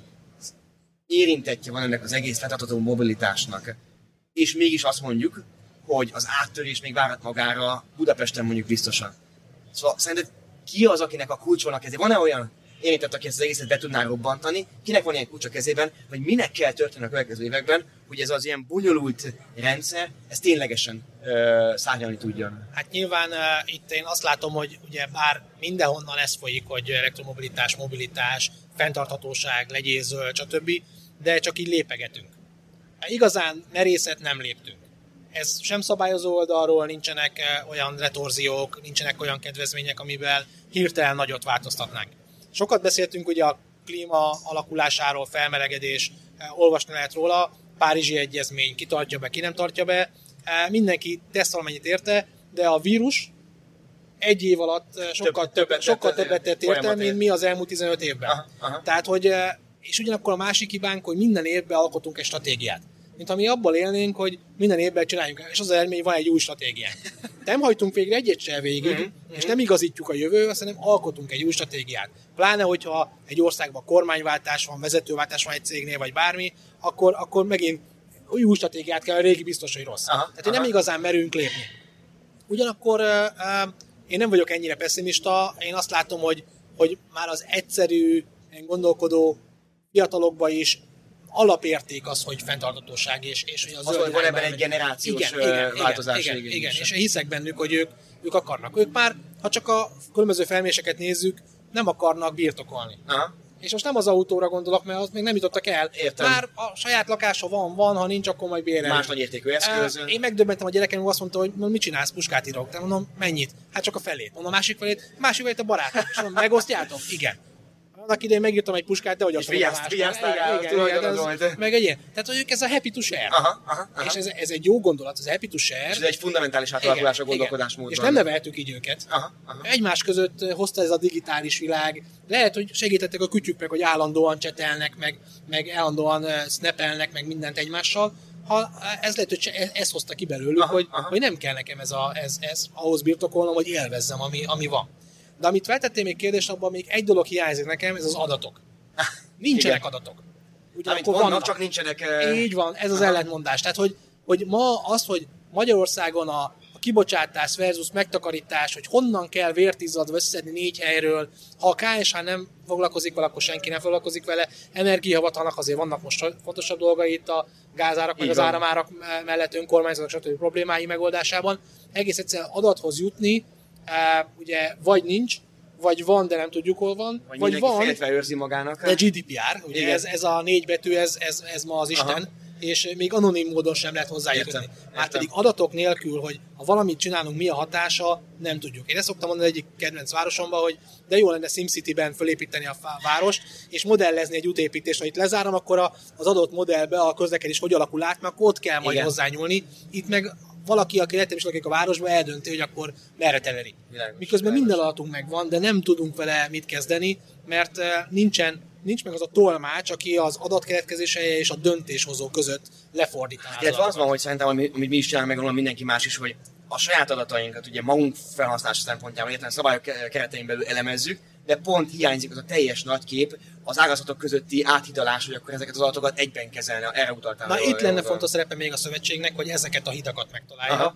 Speaker 1: érintettje van ennek az egész fenntartható mobilitásnak. És mégis azt mondjuk, hogy az áttörés még várhat magára Budapesten mondjuk biztosan. Szóval szerinted ki az, akinek a kulcs van a kezében? Van-e olyan érintett, aki ezt az egészet be tudná robbantani, kinek van ilyen kulcs a kezében, vagy minek kell történni a következő években, hogy ez az ilyen bonyolult rendszer, ez ténylegesen szárnyalni tudjon.
Speaker 2: Hát nyilván itt én azt látom, hogy ugye bár mindenhonnan ez folyik, hogy elektromobilitás, mobilitás, fenntarthatóság, legyél zöld, stb., de csak így lépegetünk. Igazán merészet nem léptünk. Ez sem szabályozó oldalról, nincsenek olyan retorziók, nincsenek olyan kedvezmények, amivel hirtelen nagyot változtatnánk. Sokat beszéltünk ugye a klíma alakulásáról, felmelegedés, olvasni lehet róla, Párizsi Egyezmény, ki tartja be, ki nem tartja be, mindenki tesz valamennyit érte, de a vírus egy év alatt sokkal többet tett érte, mint mi az elmúlt 15 évben.
Speaker 1: Aha.
Speaker 2: Tehát, hogy, és ugyanakkor a másik hibánk, hogy minden évben alkotunk egy stratégiát. Mint ha mi abból élnénk, hogy minden évben csináljunk, és az eredmény, van egy új stratégiánk. Nem hajtunk végre egyet se végig, és nem igazítjuk a jövőt, hanem alkotunk egy új stratégiát. Pláne, hogyha egy országban kormányváltás van, vezetőváltás van egy cégnél, vagy bármi, akkor megint új stratégiát kell, a régi biztos, hogy rossz. Tehát nem igazán merünk lépni. Ugyanakkor én nem vagyok ennyire pessimista, én azt látom, hogy már az egyszerű, gondolkodó fiatalokban is alapérték az, hogy fenntarthatóság és hogy
Speaker 1: az hogy van ebben egy generációs változás.
Speaker 2: Igen, és hiszek bennük, hogy ők akarnak. Ők már, ha csak a különböző felméréseket nézzük, nem akarnak birtokolni.
Speaker 1: Aha.
Speaker 2: És most nem az autóra gondolok, mert azt még nem jutottak el.
Speaker 1: Értem.
Speaker 2: Már a saját lakása van, ha nincs, akkor majd bérelni.
Speaker 1: Más nagy értékű eszköz.
Speaker 2: Én megdöbbentem, a gyerekem azt mondta, hogy mit csinálsz, puskát írok. Te mondom, mennyit? Hát csak a felét. Mondom, a másik felét a barátom. És mondom, megosztjátok? Igen. Annak idején megírtam egy puskát, de hogy azt mondom, meg egy ilyen. Tehát, hogy ők ez a happy to share.
Speaker 1: Aha.
Speaker 2: És ez egy jó gondolat, ez a happy to share. És
Speaker 1: ez egy fundamentális átalakulás a gondolkodásmódban.
Speaker 2: És nem neveltük így őket.
Speaker 1: Aha.
Speaker 2: Egymás között hozta ez a digitális világ. Lehet, hogy segítettek a kütyüknek, hogy állandóan csetelnek, meg állandóan snapelnek, meg mindent egymással. Ha ez lehet, hogy ez hozta ki belőlük, hogy nem kell nekem ez ahhoz birtokolnom, hogy élvezzem, ami van. De amit feltettél még kérdést, abban még egy dolog hiányzik nekem, ez az adatok. Nincsenek adatok.
Speaker 1: Ugyanakkor vannak, csak nincsenek...
Speaker 2: Így van, ez az ellentmondás. Tehát, hogy ma az, hogy Magyarországon a kibocsátás versus megtakarítás, hogy honnan kell vértizzadva összeszedni 4 helyről, ha a KSH nem foglalkozik vele, akkor senki nem foglalkozik vele. Energiahivatalnak azért vannak most fontosabb dolgai itt a gázárak, meg az áramárak mellett önkormányzatok, stb. Problémái megoldásában. Egész egyszerűen adathoz jutni, ugye vagy nincs, vagy van, de nem tudjuk, hol van, vagy van,
Speaker 1: féltve őrzi magának.
Speaker 2: De GDPR, ugye ez a 4 betű, ez ma az Isten, és még anonim módon sem lehet hozzájutni. Márpedig adatok nélkül, hogy ha valamit csinálunk, mi a hatása, nem tudjuk. Én ezt szoktam mondani egyik kedvenc városomban, hogy de jó lenne SimCity-ben fölépíteni a várost, és modellezni egy útépítést, ha itt lezárom, akkor az adott modellbe a közlekedés hogy alakul át, mert akkor ott kell majd hozzányúlni. Itt meg valaki, aki lettem is lakik a városban, eldönti, hogy akkor merre teveri. Miközben minden adatunk megvan, de nem tudunk vele mit kezdeni, mert nincs meg az a tolmács, aki az adatkeletkezése és a döntéshozó között lefordítaná.
Speaker 1: Illetve az van, hogy szerintem, amit mi is csinálunk, meg gondolom mindenki más is, hogy a saját adatainkat ugye magunk felhasználása szempontjából értelem szabályok keretein belül elemezzük, de pont hiányzik az a teljes nagy kép, az ágazatok közötti áthidalás, hogy akkor ezeket az adatokat egyben kezelni, erre utaltál.
Speaker 2: Na itt lenne fontos szerepe még a szövetségnek, hogy ezeket a hidakat megtalálja,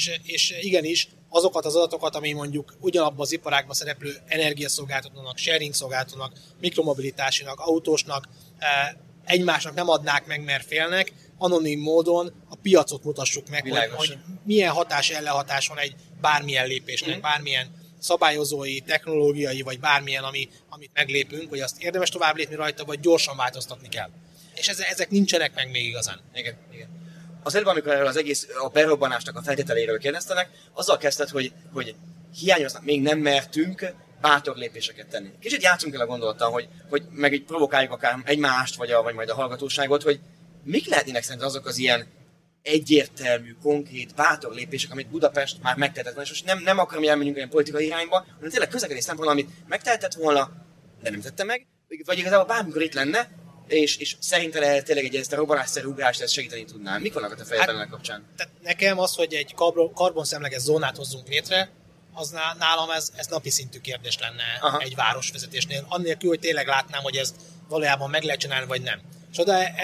Speaker 2: és igenis azokat az adatokat, ami mondjuk ugyanabban az iparágban szereplő energiaszolgáltatónak, sharing szolgáltatónak, mikromobilitásinak, autósnak, egymásnak nem adnák meg, mert félnek, anonim módon a piacot mutassuk meg, hogy milyen hatás, ellenhatás van egy bármilyen lépésnek, bármilyen szabályozói, technológiai, vagy bármilyen, amit meglépünk, hogy azt érdemes tovább lépni rajta, vagy gyorsan változtatni kell. És ezek nincsenek meg még igazán.
Speaker 1: Igen. Az előbb, amikor erről az egész a berobbanásnak a feltételéről kérdeztenek, azzal kezdted, hogy hiányoznak, még nem mertünk bátor lépéseket tenni. Kicsit játszunk el a gondolattal, hogy meg így provokáljuk akár egymást, vagy majd a hallgatóságot, hogy mik lehetnének szerint azok az ilyen egyértelmű, konkrét, bátor lépések, amit Budapest már megtehetett volna, és most nem akarom, hogy elmenjünk olyan politikai irányba, hanem tényleg közlekedés szempontból, amit megtehetett volna, de nem tette meg, vagy igazából bármikor itt lenne, és szerintem tényleg egy robbanásszerű ugrást ezt segíteni tudná. Mik vannak a te fejedben ennek kapcsán?
Speaker 2: Tehát nekem az, hogy egy karbonszemleges zónát hozzunk létre, az nálam ez napi szintű kérdés lenne egy városvezetésnél, annélkül, hogy tényleg látnám, hogy ezt valójában meg lehet csinálni, vagy nem. És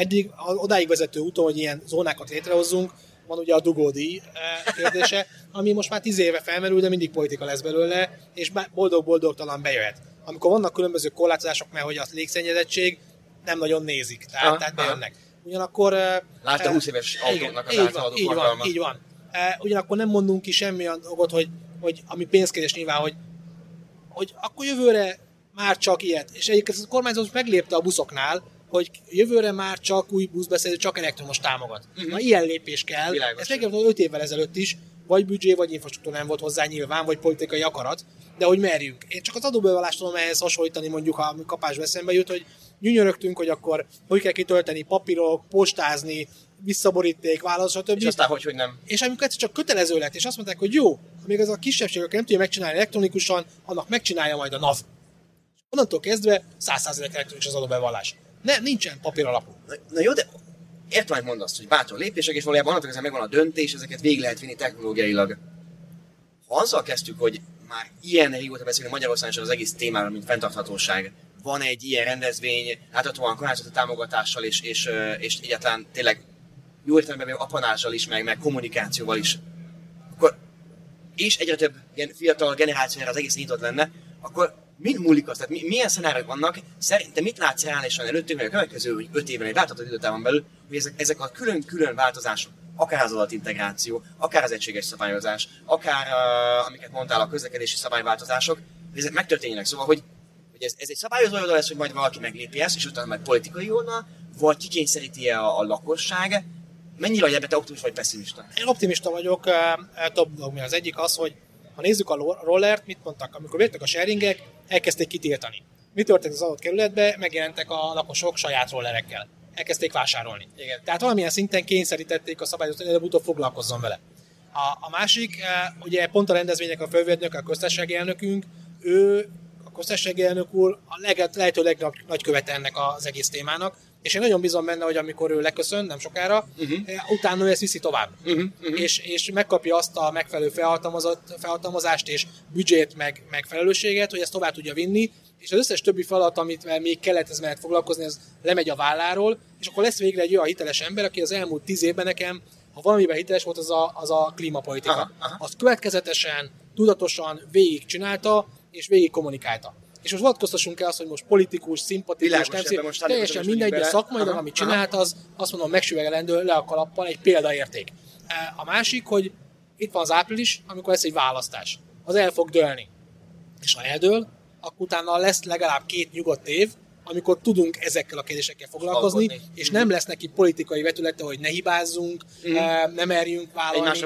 Speaker 2: odáig vezető úton, hogy ilyen zónákat létrehozzunk, van ugye a dugódíj kérdése, ami most már 10 éve felmerül, de mindig politika lesz belőle, és boldog-boldogtalan bejöhet. amikor vannak különböző korlátozások, mert hogy a légszennyezettség nem nagyon nézik, tehát bejönnek. Ugyanakkor...
Speaker 1: Lásd a 20 éves autóknak az áthaladó forgalma.
Speaker 2: Így van. Ugyanakkor nem mondunk ki semmilyen dolgot, hogy ami pénzkérdés nyilván, hogy akkor jövőre már csak ilyet. És egyébként a kormányzat meglépte a buszoknál, hogy jövőre már csak új buszbeszerző, csak elektromos támogat. Na ilyen lépés kell.
Speaker 1: Világos.
Speaker 2: Ezt megjelent 5 évvel ezelőtt is, vagy büdzsé, vagy infrastruktúra nem volt hozzá nyilván, vagy politikai akarat, de hogy merjünk. Én csak az adóbevallást tudom ehhez hasonlítani, mondjuk, ha kapásba eszembe jut, hogy nyűnyörögtünk, hogy akkor hogy kell kitölteni papírok, postázni, visszaboríték, válasz, stb.
Speaker 1: És aztán hogy nem.
Speaker 2: És amikor egyszer csak kötelező lett, és azt mondták, hogy jó, amíg az a kisebbségek nem tudja megcsinálni elektronikusan, annak megcsinálja majd a NAV. Onnantól kezdve 100% elektronikus az adóbevallás. Nincsen papír alapú.
Speaker 1: Na jó, de értem, hogy mondasz, hogy bátor lépések, és valójában annak megvan a döntés, ezeket végig lehet vinni technológiailag. Ha azzal kezdtük, hogy már ilyen régóta beszélünk Magyarországon az egész témáról, mint fenntarthatóság, van egy ilyen rendezvény, átadóan kormányzati támogatással, és egyáltalán tényleg jó értelemben apanással is, meg kommunikációval is, akkor, és egyre több ilyen fiatal generációra az egész nyitott lenne, akkor mind múlik az? Tehát milyen szenáriók vannak? Szerintem mit látsz reálisan előttünk, vagy a következő 5 évben, egy látható időtávon belül, hogy ezek a külön-külön változások, akár az adatintegráció, akár az egységes szabályozás, akár amiket mondtál, a közlekedési szabályváltozások, hogy ezek megtörténjenek. Szóval, hogy ez egy szabályozó oldal lesz, hogy majd valaki meglépi ezt, és utána majd politikai oldal, vagy kikényszeríti-e a lakosság. Mennyire vagy ebben te optimista vagy pessimista?
Speaker 2: Én optimista vagyok, több dolog. Az egyik az, hogy ha nézzük a rollert, mit mondtak? Amikor jöttek a sharingek, elkezdték kitiltani. Mi történt az adott kerületben? Megjelentek a lakosok saját rollerekkel. Elkezdték vásárolni. Igen. Tehát valamilyen szinten kényszerítették a szabályozót, hogy előbb-utóbb foglalkozzon vele. A másik, ugye pont a rendezvények a fővédnök, a köztársasági elnökünk, ő, a köztársasági elnök úr a lehető legnagyobb nagykövete ennek az egész témának, és én nagyon bízom benne, hogy amikor ő leköszön, nem sokára, utána ő ezt viszi tovább. És megkapja azt a megfelelő felhatalmazást és büdzsét, meg felelősséget, hogy ezt tovább tudja vinni, és az összes többi feladat, amit még kellett ez mellett foglalkozni, az lemegy a válláról, és akkor lesz végre egy olyan hiteles ember, aki az elmúlt 10 évben nekem, ha valamiben hiteles volt, az a klímapolitika. Azt következetesen, tudatosan végig csinálta, és végig kommunikálta. És most vonatkoztassunk el azt, hogy most politikus, szimpatikus, teljesen mindegy, de szakmailag, amit csinált, az azt mondom, megsüvegelendő le a kalappal egy példaérték. A másik, hogy itt van az április, amikor lesz egy választás. Az el fog dőlni. És ha eldől, akkor utána lesz legalább 2 nyugodt év, amikor tudunk ezekkel a kérdésekkel foglalkozni, és nem lesz neki politikai vetülete, hogy ne hibázzunk, ne merjünk vállalni,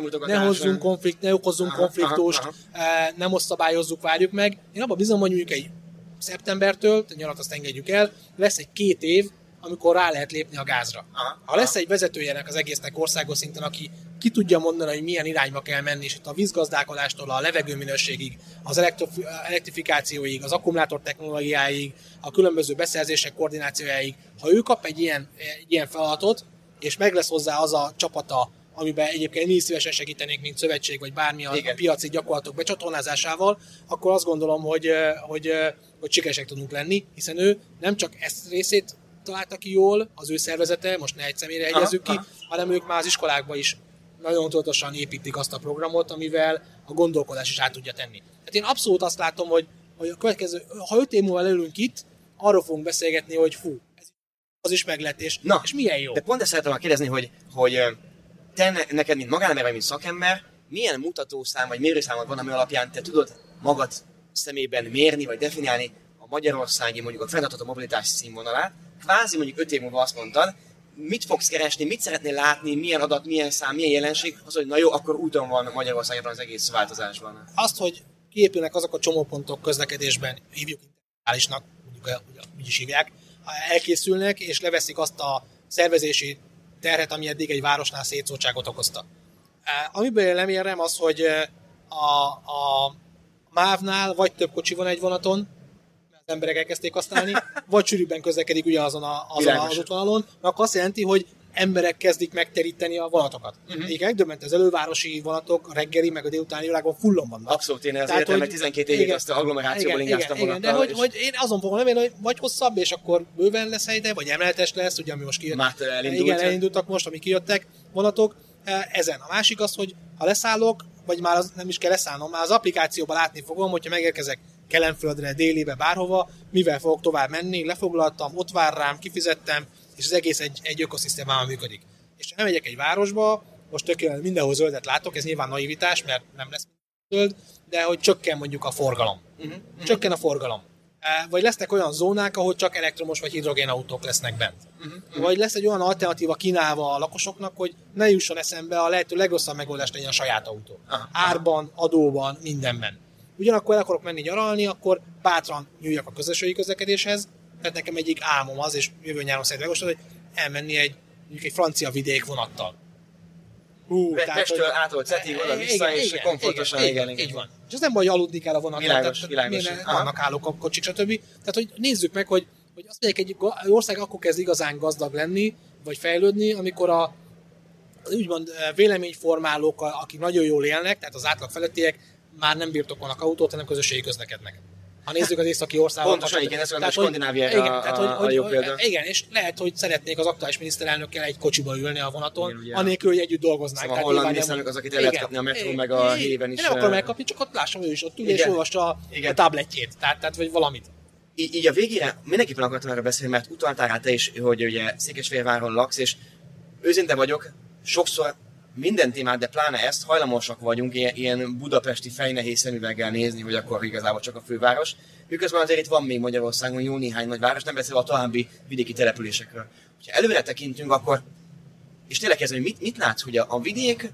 Speaker 2: ne okozzunk konfliktust, nem azt szabályozzuk, várjuk meg. Én abban bizony, hogy mondjuk egy szeptembertől, nyarat azt engedjük el, lesz egy 2 év, amikor rá lehet lépni a gázra. Ha lesz egy vezetőjének az egésznek országos szinten, aki ki tudja mondani, hogy milyen irányba kell menni, és itt a vízgazdálkodástól a levegőminőségig, az elektrifikációig, az akkumulátor technológiáig, a különböző beszerzések koordinációjáig, ha ő kap egy ilyen feladatot, és meg lesz hozzá az a csapata, amiben egyébként mi is szívesen segítenénk, mint szövetség, vagy bármi a piaci gyakorlatok becsatornázásával, akkor azt gondolom, hogy sikeresek tudunk lenni, hiszen ő nem csak ezt részét találta ki jól, az ő szervezete, most ne egy személyre hegyezzük ki, hanem ők már az iskolákban is nagyon tudatosan építik azt a programot, amivel a gondolkodás is át tudja tenni. Tehát én abszolút azt látom, hogy a következő, ha 5 év múlva leülünk itt, arról fogunk beszélgetni, hogy fú, ez az is meg lett, és milyen jó.
Speaker 1: De pont ezt szeretem kérdezni, hogy te neked, mint magánember, vagy mint szakember, milyen mutatószám vagy mérőszámod van, ami alapján te tudod magad szemében mérni, vagy definiálni a magyarországi, mondjuk a fenntartható mobilitás színvonalát. Kvázi mondjuk 5 év múlva azt mondtad, mit fogsz keresni, mit szeretnél látni, milyen adat, milyen szám, milyen jelenség, az, hogy na jó, akkor úton van Magyarországon az egész változásban.
Speaker 2: Azt, hogy kiépülnek azok a csomópontok közlekedésben, hívjuk integrálisnak, mondjuk úgy is hívják, elkészülnek, és leveszik azt a szervezési terhet, ami eddig egy városnál szétszórtságot okozta. Amiből én lemérem az, hogy a MÁV-nál vagy több kocsi van egy vonaton, az emberek elkezdték használni, vagy sűrűbben közlekedik ugyanazon az útvonalon, mert akkor azt jelenti, hogy emberek kezdik megteríteni a vonatokat. Egyébként megdöbbent az elővárosi vonatok, a reggeli, meg a délutáni világban fullon vannak.
Speaker 1: Abszolút, én az értem, meg 12 évig azt a agglomerációból ingáztam vonattal.
Speaker 2: De hogy én azon fogom lemérni, hogy vagy hosszabb, és akkor bőven lesz helyde, vagy emeletes lesz, ugye ami most kijött. Igen, elindultak most, ami kijöttek vonatok. Ezen. A másik az, hogy ha leszállok, vagy már nem is kell leszállnom, már az applikációban látni fogom, hogyha megérkezek Kelenföldre, Délibe, bárhova, mivel fogok tovább menni, lefoglaltam, ott vár rám, kifizettem, és az egész egy ökoszisztémában működik. És ha nem megyek egy városba, most tökéletesen mindenhol zöldet látok, ez nyilván naivitás, mert nem lesz zöld, de hogy csökken mondjuk a forgalom. Csökken a forgalom. Vagy lesznek olyan zónák, ahol csak elektromos vagy hidrogénautók lesznek bent. Vagy lesz egy olyan alternatíva kínálva a lakosoknak, hogy ne jusson eszembe a lehető legrosszabb megoldás legyen a saját autó. Árban, adóban, mindenben. Ugyanakkor el akarok menni nyaralni, akkor bátran nyúljak a közösségi közlekedéshez, mert nekem egyik álmom az, és jövő nyáron szeretnék megmostani, hogy elmenni egy francia vidék vonattal.
Speaker 1: Pestről ától Cetig oda-vissza, és komfortosan. Igen.
Speaker 2: Így van. És az nem baj, hogy aludni kell a vonaton,
Speaker 1: világos.
Speaker 2: Vannak állókocsik, stb. Tehát, hogy nézzük meg, hogy azt mondják, egy ország akkor kezd igazán gazdag lenni, vagy fejlődni, amikor az úgymond véleményformálók, akik nagyon jól élnek, tehát az átlag felettiek már nem birtokolnak autót, hanem közösségi közlekednek. Ha nézzük az északi országokat.
Speaker 1: Pontosan, igen, ez a Skandinávia a jó példa.
Speaker 2: Igen, és lehet, hogy szeretnék az aktuális miniszterelnökkel egy kocsiba ülni a vonaton, anélkül, hogy együtt dolgoznák.
Speaker 1: Szóval a holland miniszterelnök az, akit el lehet kapni a metró, meg a héven is.
Speaker 2: Nem akarom elkapni, csak ott lássam, ő is ott ül, és olvassa a tabletjét, tehát vagy valamit.
Speaker 1: Így a végére mindenképpen akartam erről beszélni, mert utaltál rá te is, hogy ugye Székesfehérváron laksz, és őszinte vagyok, sokszor minden témát, de pláne ezt hajlamosak vagyunk ilyen budapesti fejnehéz szemüveggel nézni, hogy akkor igazából csak a főváros. Miközben azért itt van még Magyarországon jó néhány nagyváros, nem beszélve a további vidéki településekről. Ha előre tekintünk, akkor, és tényleg ez, hogy mit látsz, hogy a vidék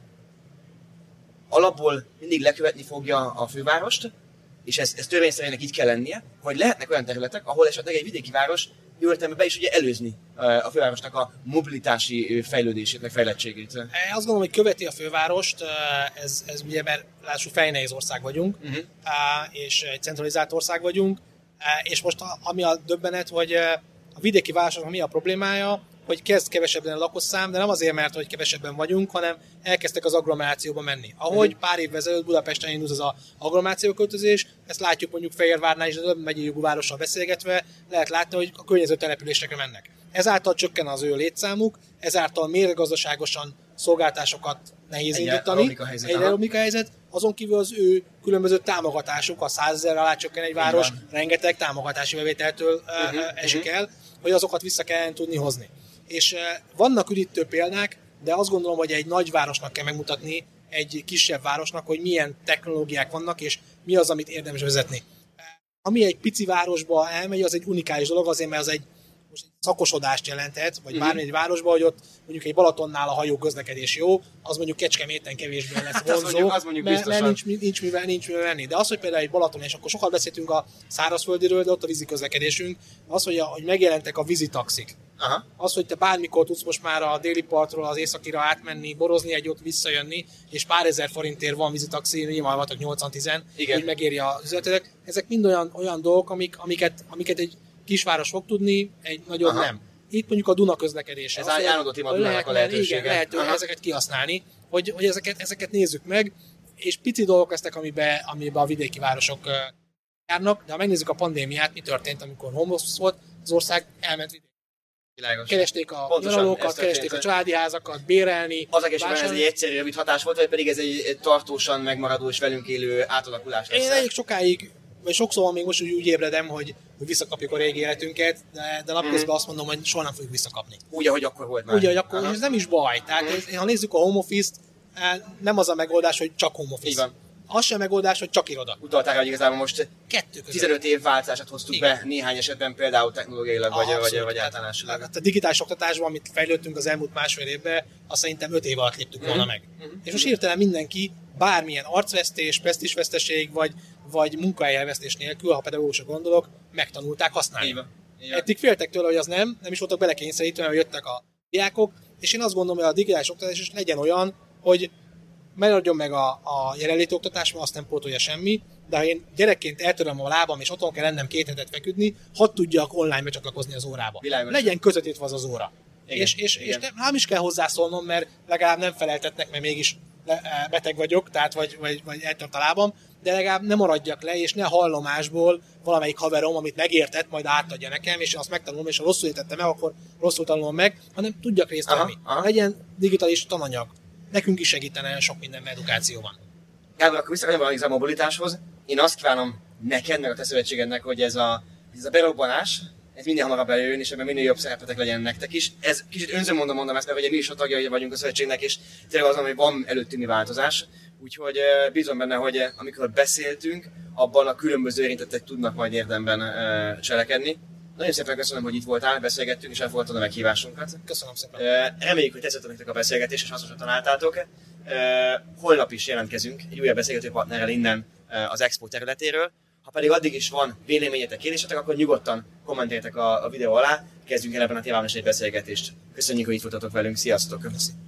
Speaker 1: alapból mindig lekövetni fogja a fővárost, és ez törvényszerűen így kell lennie, hogy lehetnek olyan területek, ahol esetleg egy vidéki város jó értelemben be is ugye előzni a fővárosnak a mobilitási fejlődését, meg fejlettségét.
Speaker 2: Azt gondolom, hogy követi a fővárost, ez ugye, mert lássuk, fejnehéz ország vagyunk, és egy centralizált ország vagyunk, és most ami a döbbenet, hogy a vidéki városoknak mi a problémája, hogy kezd kevesebb lenni a lakosszám, de nem azért, mert hogy kevesebben vagyunk, hanem elkezdtek az agglomerációba menni. Ahogy pár évvel ezelőtt Budapesten indult az agglomerációköltözés, ezt látjuk mondjuk Fehérvárnál is, de több megyei várossal beszélgetve, lehet látni, hogy a környező településekre mennek. Ezáltal csökken az ő létszámuk, ezáltal mérgazdaságosan szolgáltásokat nehéz indítani, egyre romlik a helyzet, azon kívül az ő különböző támogatásuk, ha 100 000 alá csökken egy város, rengeteg támogatási bevételtől esik el, hogy azokat vissza kellene tudni hozni. És vannak üdítő példák, de azt gondolom, hogy egy nagyvárosnak kell megmutatni egy kisebb városnak, hogy milyen technológiák vannak, és mi az, amit érdemes vezetni. Ami egy pici városba elmegy, az egy unikális dolog, azért, mert az egy szakosodást jelenthet, vagy bármilyen városban, hogy ott mondjuk egy Balatonnál a hajó közlekedés jó, az mondjuk Kecskeméten kevésbé lesz vonzó, mert nincs mivel venni. De az, hogy például egy Balaton, és akkor sokat beszéltünk a szárazföldiről, de ott a vízi közlekedésünk, az, hogy megjelentek a vízitaxik. Az, hogy te bármikor tudsz most már a déli partról az északira átmenni, borozni egy ott, visszajönni, és pár ezer forintért van vízitaxi, nyilván voltak 80-10, hogy megéri az üzletek. Ezek mind olyan dolgok, amiket egy kisváros fog tudni, egy nagyobb nem. Itt mondjuk a Duna közlekedése.
Speaker 1: Ez állandó téma a Dunának a lehetősége.
Speaker 2: Igen, lehet ezeket kihasználni, hogy ezeket nézzük meg, és pici dolgok lesznek, amiben a vidéki városok járnak, de ha megnézzük a pandémiát, mi történt, amikor home office volt, az ország elment vidékre. Keresték a nyaralókat, keresték a családi házakat, bérelni.
Speaker 1: Az egészben ez egy egyszerű, rövid hatás volt, vagy pedig ez egy tartósan megmaradó és velünk élő átalakulás lesz?
Speaker 2: Én elég sokáig, vagy sokszor még most úgy ébredem, hogy visszakapjuk a régi életünket, de napközben azt mondom, hogy soha nem fogjuk visszakapni.
Speaker 1: Úgy, ahogy akkor volt már.
Speaker 2: Úgy, ahogy akkor, és ez nem is baj. Tehát ha nézzük a home office-t, nem az a megoldás, hogy csak home office. Az sem megoldás, hogy csak iroda.
Speaker 1: Utaltál, hogy igazából most 15 év változását hoztuk be néhány esetben, például technológiailag, vagy általánosan.
Speaker 2: A digitális oktatásban, amit fejlődtünk az elmúlt másfél évben, azt szerintem 5 év alatt léptük volna meg. És most hirtelen mindenki bármilyen arcvesztés, presztízsveszteség, vagy munkahelyelvesztés nélkül, ha pedagógusra gondolok, megtanulták használni. Eddig féltek tőle, hogy az nem is voltak belekényszerítve, mert jöttek a diákok, és én azt gondolom, hogy a digitális oktatás is legyen olyan, hogy maradjon meg a jelenléti oktatás, mert azt nem pótolja semmi, de ha én gyerekként eltöröm a lábam, és otthon kell lennem 2 hetet feküdni, hadd tudjak online becsatlakozni az órába.
Speaker 1: Világos.
Speaker 2: Legyen közvetítve az az óra.
Speaker 1: Igen.
Speaker 2: És nem is kell hozzászólnom, mert legalább nem feleltetnek, mert mégis beteg vagyok, tehát vagy eltört a lábam, de legalább ne maradjak le, és ne hallomásból valamelyik haverom, amit megértett, majd átadja nekem, és azt megtanulom, és ha rosszul értettem meg, akkor rosszul tanulom meg, hanem tudjak részt venni. Legyen digitális tananyag. Nekünk is segítene sok minden edukációban.
Speaker 1: Gábor, akkor visszakanyarodva a mobilitáshoz. Én azt kívánom neked, meg a te szövetségednek, hogy ez a berobbanás, ez minél hamarabb előjön, és ebben minél jobb szerepetek legyen nektek is. Ez kicsit önzőmondom mondom ezt, mert ugye mi is a tagjai vagyunk a szövetségnek, és tényleg az, hogy van előttünk változás. Úgyhogy bízom benne, hogy amikor beszéltünk, abban a különböző érintettek tudnak majd érdemben cselekedni. Nagyon szépen köszönöm, hogy itt voltál, beszélgettünk, és elfogadtad a meghívásunkat.
Speaker 2: Köszönöm szépen.
Speaker 1: Reméljük, hogy tetszett nektek a beszélgetés, és hasznosan találtátok. Holnap is jelentkezünk egy újabb beszélgető partnerrel innen az Expo területéről. Ha pedig addig is van véleményetek, kérdésetek, akkor nyugodtan kommentáljátok a videó alá. Kezdjünk el ebben a témában is egy beszélgetést. Köszönjük, hogy itt voltatok velünk. Sziasztok!
Speaker 2: Köszönöm.